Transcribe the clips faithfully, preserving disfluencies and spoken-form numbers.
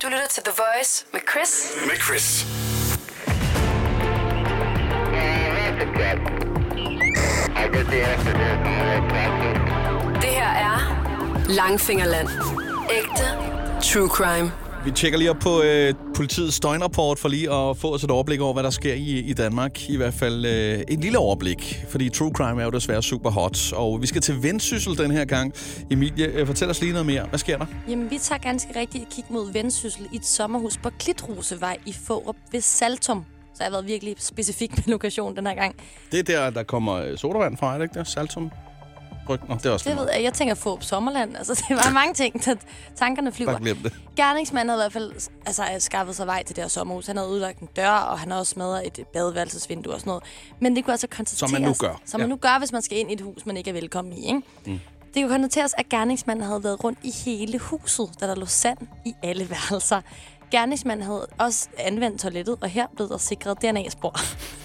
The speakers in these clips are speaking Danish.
Du lytter til The Voice med Chris. Med Chris. Det her er Langfingerland. Ægte true crime. Vi tjekker lige op på øh, politiets døgnrapport for lige at få os et overblik over, hvad der sker i, i Danmark. I hvert fald øh, et lille overblik, fordi true crime er jo desværre super hot. Og vi skal til Vendsyssel den her gang. Emilie, øh, fortæl os lige noget mere. Hvad sker der? Jamen, vi tager ganske rigtigt et kig mod Vendsyssel i et sommerhus på Klitrosevej i Fårup ved Saltum. Så jeg har været virkelig specifik med lokation den her gang. Det er der, der kommer sodavand fra, er det ikke der? Saltum? Nå, det er også det ved jeg. Jeg tænker Fårup Sommerland. Altså, det var mange ting, der tankerne flyver. Bare glem det. Gerningsmanden havde i hvert fald altså, skaffet sig vej til det her sommerhus. Han havde udlagt en dør, og han havde også smadret et badeværelsesvindue og sådan noget. Men det kunne altså konstateres... Som man nu gør. Som man ja. nu gør, hvis man skal ind i et hus, man ikke er velkommen i, ikke? Mm. Det kunne konstateres, at gerningsmanden havde været rundt i hele huset, da der lå sand i alle værelser. Gerningsmanden havde også anvendt toilettet, og her blev der sikret D N A-spor.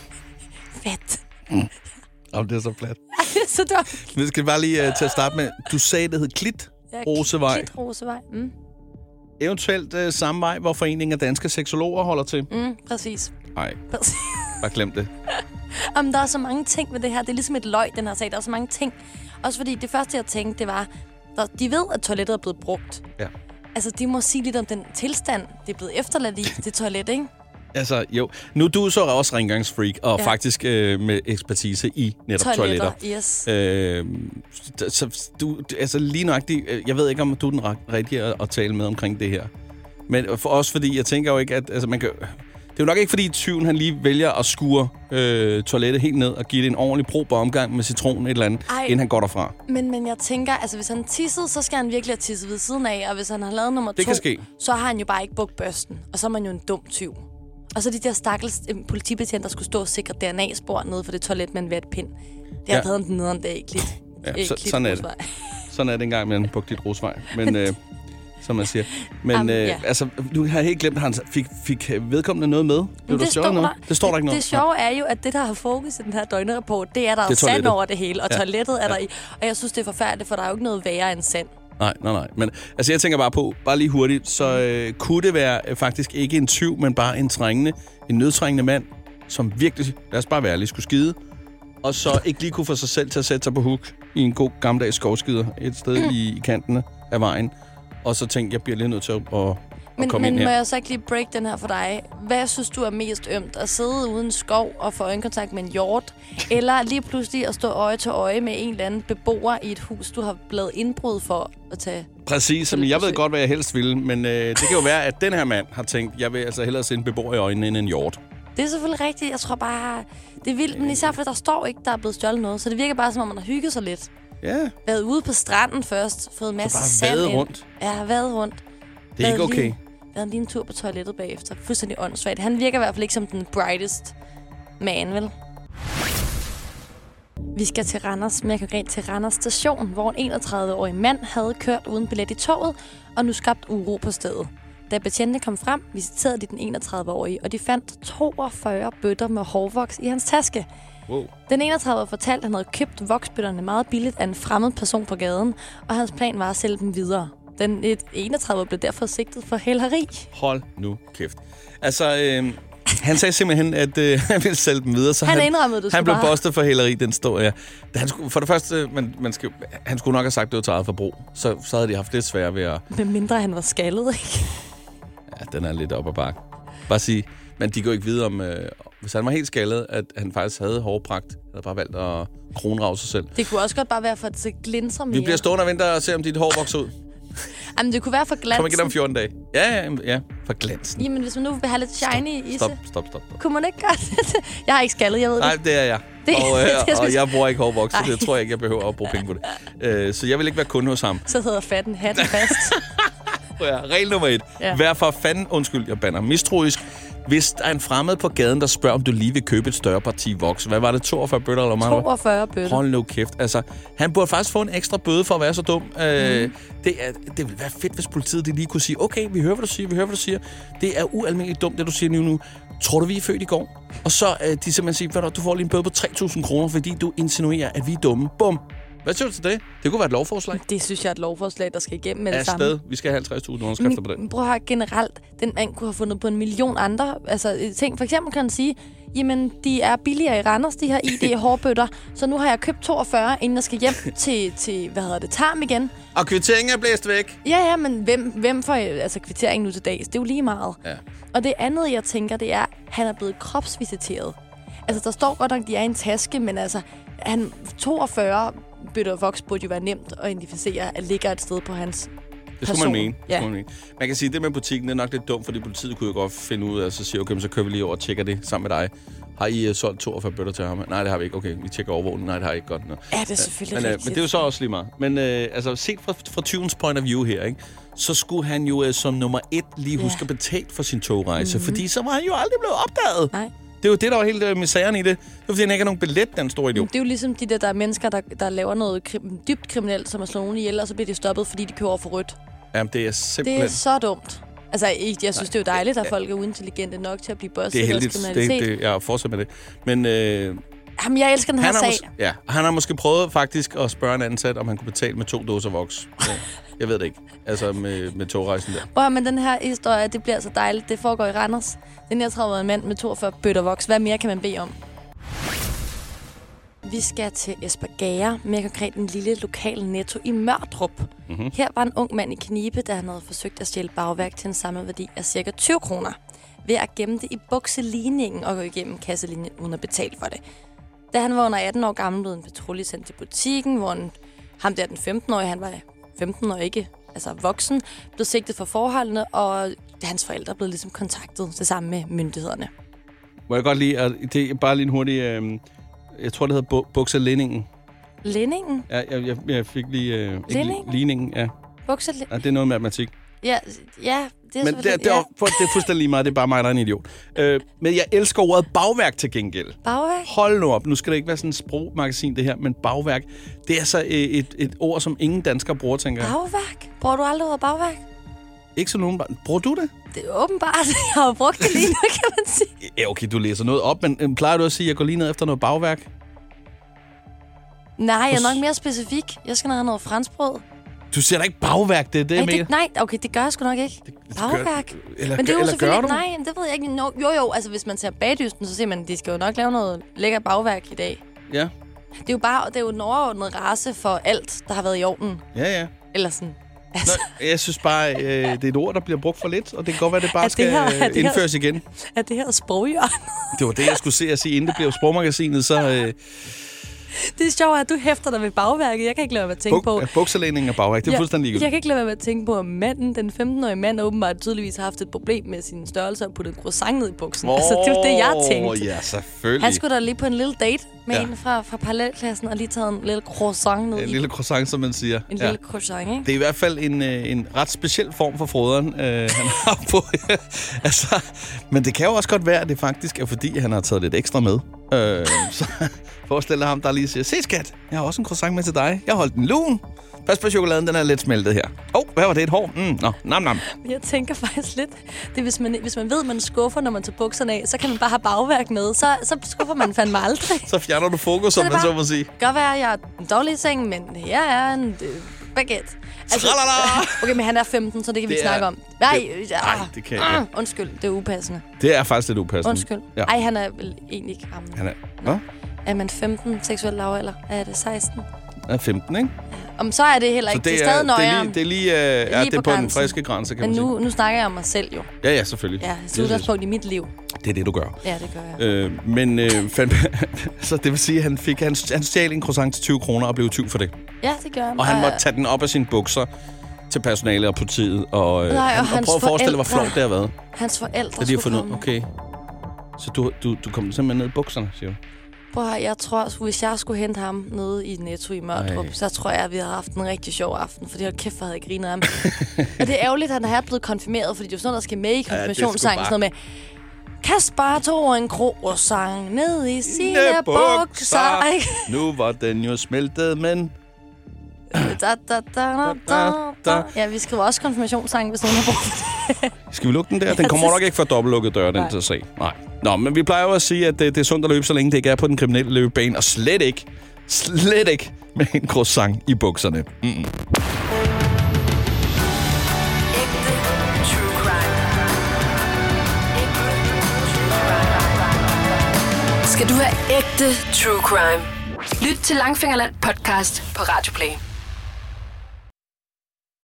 Fedt. Mm. Om det er så plat. Det er så dumt. Vi skal bare lige uh, til at starte med. Du sagde, det hed Klitrosevej. Ja, Klitrosevej. Mm. Eventuelt uh, samme vej, hvor Foreningen af Danske Seksologer holder til. Mm, præcis. Nej, præcis. bare glem det. Om der er så mange ting med det her. Det er ligesom et løg, den her sag. Der er så mange ting. Også fordi det første, jeg tænkte, det var, der, de ved, at toilettet er blevet brugt. Ja. Altså, de må sige lidt om den tilstand, det er blevet efterladt i, det toilet, ikke? Altså, jo. Nu du er så også rengøringsfreak, og ja. faktisk øh, med ekspertise i netop toiletter. Toiletter, yes. Øh, så du, altså lige nøjagtigt, jeg ved ikke, om du er den rigtige at, at tale med omkring det her. Men for også fordi, jeg tænker jo ikke, at altså, man kan... Det er jo nok ikke, fordi tyven han lige vælger at skure øh, toilettet helt ned og give det en ordentlig prober omgang med citron et eller andet, Ej, inden han går derfra. Men, men jeg tænker, altså hvis han tissede, så skal han virkelig have tisset ved siden af, og hvis han har lavet nummer det to, kan ske. Så har han jo bare ikke brugt børsten, og så er man jo en dum tyv. Og så de der stakkels øh, politibetjenter, der skulle stå og sikre D N A-spor nede for det toilet med en vatpind. Det har ja. været en nederen dag, Klit. Ja, så, sådan er det. Sådan er det engang med en på Klitrosevej. Men... øh, som man siger. Men um, øh, ja. altså, du har helt glemt, at han fik, fik vedkommende noget med. Det, det, står der, det står der ikke noget. Det sjove er jo, at det, der har fokus i den her døgnrapport, det er, der det er sand over det hele, og ja. toilettet er ja. der i. Og jeg synes, det er forfærdeligt, for der er jo ikke noget værre end sand. Nej, nej, nej. Men altså, jeg tænker bare på, bare lige hurtigt, så øh, kunne det være øh, faktisk ikke en tyv, men bare en trængende, en nødtrængende mand, som virkelig, lad os bare være ærlig, skulle skide, og så ikke lige kunne få sig selv til at sætte sig på huk i en god gammeldags skovskider et sted mm. i, i kantene af vejen. Og så tænkte jeg, bliver lige nødt til at, at, at men, komme men ind her. Men må jeg så ikke lige break den her for dig? Hvad synes du er mest ømt? At sidde uden skov og få øjenkontakt med en hjort? Eller lige pludselig at stå øje til øje med en eller anden beboer i et hus, du har blevet indbrud for at tage? Præcis, som jeg ved godt, hvad jeg helst vil. Men øh, det kan jo være, at den her mand har tænkt, jeg vil altså hellere se en beboer i øjnene end en hjort. Det er selvfølgelig rigtigt. Jeg tror bare, det er vildt. Men især fordi der står ikke, der er blevet stjålet noget. Så det virker bare, som om man har hygget sig lidt. Ja. Været ude på stranden først, fået en masse sand ind. rundt. Ja, været rundt. Det er ikke okay. Lige, været lige en tur på toilettet bagefter. Fuldstændig åndssvagt. Han virker i hvert fald ikke som den brightest man, vel? Vi skal til Randers, men jeg kan gå ind til Randers station, hvor en enogtredive-årig mand havde kørt uden billet i toget, og nu skabt uro på stedet. Da betjentene kom frem, visiterede de den enogtredive-årige, og de fandt toogfyrre bøtter med hårvoks i hans taske. Wow. Den enogtredive-årige fortalte, at han havde købt voksbøtterne meget billigt af en fremmed person på gaden, og hans plan var at sælge dem videre. Den enogtredive-årige blev derfor sigtet for hæleri. Hold nu kæft. Altså, øh, han sagde simpelthen, at øh, han ville sælge dem videre. Så han han indrømmede det. Han blev bare... bustet for hæleri, den står ja. Han skulle, for det første, man, man skal, han skulle nok have sagt, at det var til eget forbrug. Så, så havde de haft lidt svært ved at... Men mindre han var skaldet, ikke? Ja, den er lidt op ad bakke. Bare sige, men de går ikke videre om... Øh, hvis han var helt skaldet, at han faktisk havde hårpragt, han havde bare valgt at kronrave sig selv. Det kunne også godt bare være for at det glinser mere. Vi bliver stående og venter og se, om dit hår vokser ud. Jamen, det kunne være for glansen. Kom igen om fjorten dage. Ja, ja, ja, for glansen. Jamen, hvis man nu vil have lidt shiny i sig. Stop, stop, stop, stop. Kunne man ikke gøre det? Jeg har ikke skaldet, jeg ved det. Nej, det er jeg. Det, og, øh, det og jeg bruger ikke hårvoks, så det tror jeg ikke, jeg behøver at bruge penge på det. Øh, så jeg vil ikke være kunde hos ham. Så hedder fatten hatten fast. Ja, regel nummer et. Ja. Vær for fanden, undskyld, jeg bander mistroisk. Hvis der er en fremmed på gaden, der spørger, om du lige vil købe et større parti voks. Hvad var det? toogfyrre bøtter eller meget? toogfyrre bøtter. Hold nu kæft. Altså, han burde faktisk få en ekstra bøde for at være så dum. Mm. Øh, det, er, det ville være fedt, hvis politiet de lige kunne sige, okay, vi hører, hvad du siger, vi hører, hvad du siger. Det er ualmindeligt dumt, det du siger nu nu. Tror du, vi er født i går? Og så øh, de simpelthen siger, du får lige en bøde på tre tusind kroner, fordi du insinuerer, at vi er dumme. Bum. Hvad synes du til det? Det kunne være et lovforslag. Det synes jeg er et lovforslag, der skal igennem med det Afsted. samme. Vi skal have halvtreds tusind underskrifter på det. Prøv at høre, generelt, den mand kunne have fundet på en million andre altså, ting. For eksempel kan han sige, jamen, de er billigere i Randers, de her I D-hårbøtter, så nu har jeg købt toogfyrre, inden jeg skal hjem til, til hvad hedder det, Tarm igen. Og kvitteringen er blæst væk. Ja, ja, men hvem, hvem får altså, kvitteringen nu til dags? Det er jo lige meget. Ja. Og det andet, jeg tænker, det er, at han er blevet kropsvisiteret. Altså, der står godt nok, de er i en taske, men altså, han toogfyrre bøtter voks burde jo være nemt at identificere, at ligger et sted på hans Det skulle man mene. Ja. Man, mene. Man kan sige, at det med butikken det er nok lidt dumt, fordi politiet kunne jo godt finde ud af, og så siger okay, så kører vi lige over og tjekker det sammen med dig. Har I uh, solgt toogfyrre bøtter til ham? Nej, det har vi ikke. Okay, vi tjekker overvågningen. Nej, det har I ikke godt. Nå. Ja, det er selvfølgelig men, rigtigt. men det er jo så også lige meget. Men uh, altså, set fra, fra tyvens point of view her, ikke, så skulle han jo uh, som nummer et lige huske ja. at betale for sin togrejse, mm-hmm. fordi så var han jo aldrig blevet opdaget. Nej. Det er jo det, der var helt uh, misæren i det. Det var, fordi han ikke har nogen billet, den store idiot. Det er jo ligesom de der, der er mennesker, der, der laver noget krim, dybt kriminelt, som er slået nogen ihjel, og så bliver de stoppet, fordi de kører over for rødt. Jamen, det er simpelthen... Det er så dumt. Altså, jeg synes, det er jo dejligt, at folk er uintelligente nok til at blive busset. Det er heldigt. Det, det, jeg fortsætter med det. Men... Øh, Jamen, jeg elsker den her sag. Mås- ja, han har måske prøvet faktisk at spørge en ansat, om han kunne betale med to dåser voks. Ja, jeg ved det ikke. Altså med, med togrejsen der. Prøv, men den her historie, det bliver så dejligt. Det foregår i Randers. Den her tredive en mand med toogfyrre bøtter voks. Hvad mere kan man bede om? Vi skal til Espergærde, mere konkret en lille lokal Netto i Mørdrup. Mm-hmm. Her var en ung mand i knibe, da han havde forsøgt at stjæle bagværk til en samme værdi af cirka tyve kroner. Ved at gemme det i bukseligningen og gå igennem kasselinjen uden at betale for det. Da han var under atten år gammel, blev en patrulje sendt til butikken, hvor en, ham der den femten-årige, han var femten år ikke, altså voksen, blev sigtet for forholdene, og hans forældre blev ligesom kontaktet til sammen med myndighederne. Må jeg godt lide, at det er bare lige en hurtig... Øh, jeg tror, det hedder bu- bukseligningen. Ligningen? Ja, jeg, jeg, jeg fik lige... Øh, Ligningen? Ligningen, ja. Bukseligningen? Ja, det er noget matematik. Ja, ja, det er men det, det, er, ja. det er fuldstændig lige meget. Det er bare mig, der er en idiot. Øh, men jeg elsker ordet bagværk til gengæld. Bagværk? Hold nu op. Nu skal det ikke være sådan et sprogmagasin, det her. Men bagværk, det er så et, et, et ord, som ingen danskere bruger, tænker jeg. Bagværk? Bruger du aldrig ordet bagværk? Ikke så nogen... Bruger du det? Det er åbenbart. Jeg har jo brugt det lige nu, kan man sige. Ja, okay, du læser noget op, men øh, plejer du at sige, at jeg går lige ned efter noget bagværk? Nej, jeg er nok mere specifik. Jeg skal have noget franskbrød. Du siger da ikke bagværk, det er det, jeg nej, mener. Det, nej, okay, det gør jeg sgu nok ikke. Det, det bagværk. Gør, eller, men det er jo eller gør du? Nej, det ved jeg ikke. No, jo, jo, altså hvis man ser Bagdysten, så ser man, at de skal jo nok lave noget lækker bagværk i dag. Ja. Det er jo bare, det er jo en overordnet race for alt, der har været i ovnen. Ja, ja. Eller sådan. Altså. Nå, jeg synes bare, øh, det er et ord, der bliver brugt for lidt, og det kan godt være, det bare det skal her, øh, indføres her, igen. Er det her sproghjørnet? Det var det, jeg skulle se at sige, inden det blev sprogmagasinet, så... Øh, det er sjovt, at du hæfter dig ved bagværket. Jeg kan ikke lade være med at tænke Buk, på... Bukselægning og bagværk, det er jeg, fuldstændig ligegyldigt. Jeg kan ikke lade være med at tænke på, at manden, den femten-årige mand, åbenbart tydeligvis har haft et problem med sin størrelse og puttet en croissant ned i buksen. Oh, altså, det var det, jeg tænkte. Ja, selvfølgelig. Han skulle da lige på en lille date med ja. en fra, fra parallelklassen og lige taget en lille croissant ned en i. lille croissant, som man siger. En ja. lille croissant, ikke? Det er i hvert fald en, en ret speciel form for froderen, øh, han har på. altså, men det kan jo også godt være, at det faktisk er, fordi han har taget lidt ekstra med. Øh, så forestil dig ham, der lige siger, se skat, jeg har også en croissant med til dig. Jeg har holdt den lun. Pas på chokoladen, den er lidt smeltet her. Åh, oh, hvad var det? Et hår? Mm, nå, nam, nam. Jeg tænker faktisk lidt, det er, hvis man, hvis man ved, at man skuffer, når man tager bukserne af, så kan man bare have bagværk med. Så, så skuffer man fandme aldrig. Så fjerner du fokus, som man så må sige. Det kan godt være, at jeg er en dårlig seng, men her er en øh, baguette. Altså, okay, men han er femten, så det kan det vi snakke er, om. Nej, det, ja, nej, det kan jeg ah, undskyld, det er upassende. Det er faktisk lidt upassende. Undskyld. Ja. Ej, han er vel egentlig ikke gammel. Han er, hvad? Er man femten, seksuel lavalder? Er det seksten? Er femten, ikke? Om så er det heller ikke. Det, det er stadig nøjere. Det er lige, det er lige, uh, ja, lige det er på, på den friske grænse, kan men man nu, sige. nu snakker jeg om mig selv jo. Ja, ja, selvfølgelig. Ja, så udgangspunkt i mit liv. Det er det, du gør. Ja, det gør jeg. Øh, men øh, fandt, så det vil sige, at han fik han, han stjal en croissant til tyve kroner og blev tyv for det. Ja, det gør han. Og han måtte tage den op af sine bukser til personale og politiet. Og, øh, Nej, og, han, og prøve at forestille dig, hvor flot det har været. Hans forældre de har fundet, okay. Så du, du, du kom simpelthen ned i bukserne, siger du? Prøv at, jeg tror, hvis jeg skulle hente ham nede i Netto i Mørdrup, så tror jeg, at vi havde haft en rigtig sjov aften, fordi hold kæft, hvor havde jeg grinet af ham. Og det er ærgerligt, at han er blevet konfirmeret, fordi det er jo sådan noget, der skal med i konfirmationssangen. Ja, sådan noget med, Kasper tog en croissant ned i sine bukser. Nu var den jo smeltet, men... Da, da, da, da, da, da. Ja, vi skriver også konfirmationssange, hvis nogen har brugt det. Skal vi lukke den der? Den kommer nok ikke fra dobbeltlukket dør, den Nej. til at se. Nej. Nå, men vi plejer jo at sige, at det, det er sundt at løbe, så længe det ikke er på den kriminelle løbebane, og slet ikke, Slet ikke med en croissant i bukserne. Mm-mm. Ægte true crime. Ægte true crime. Skal du have ægte true crime? Lyt til Langfingerland podcast på Radio Play.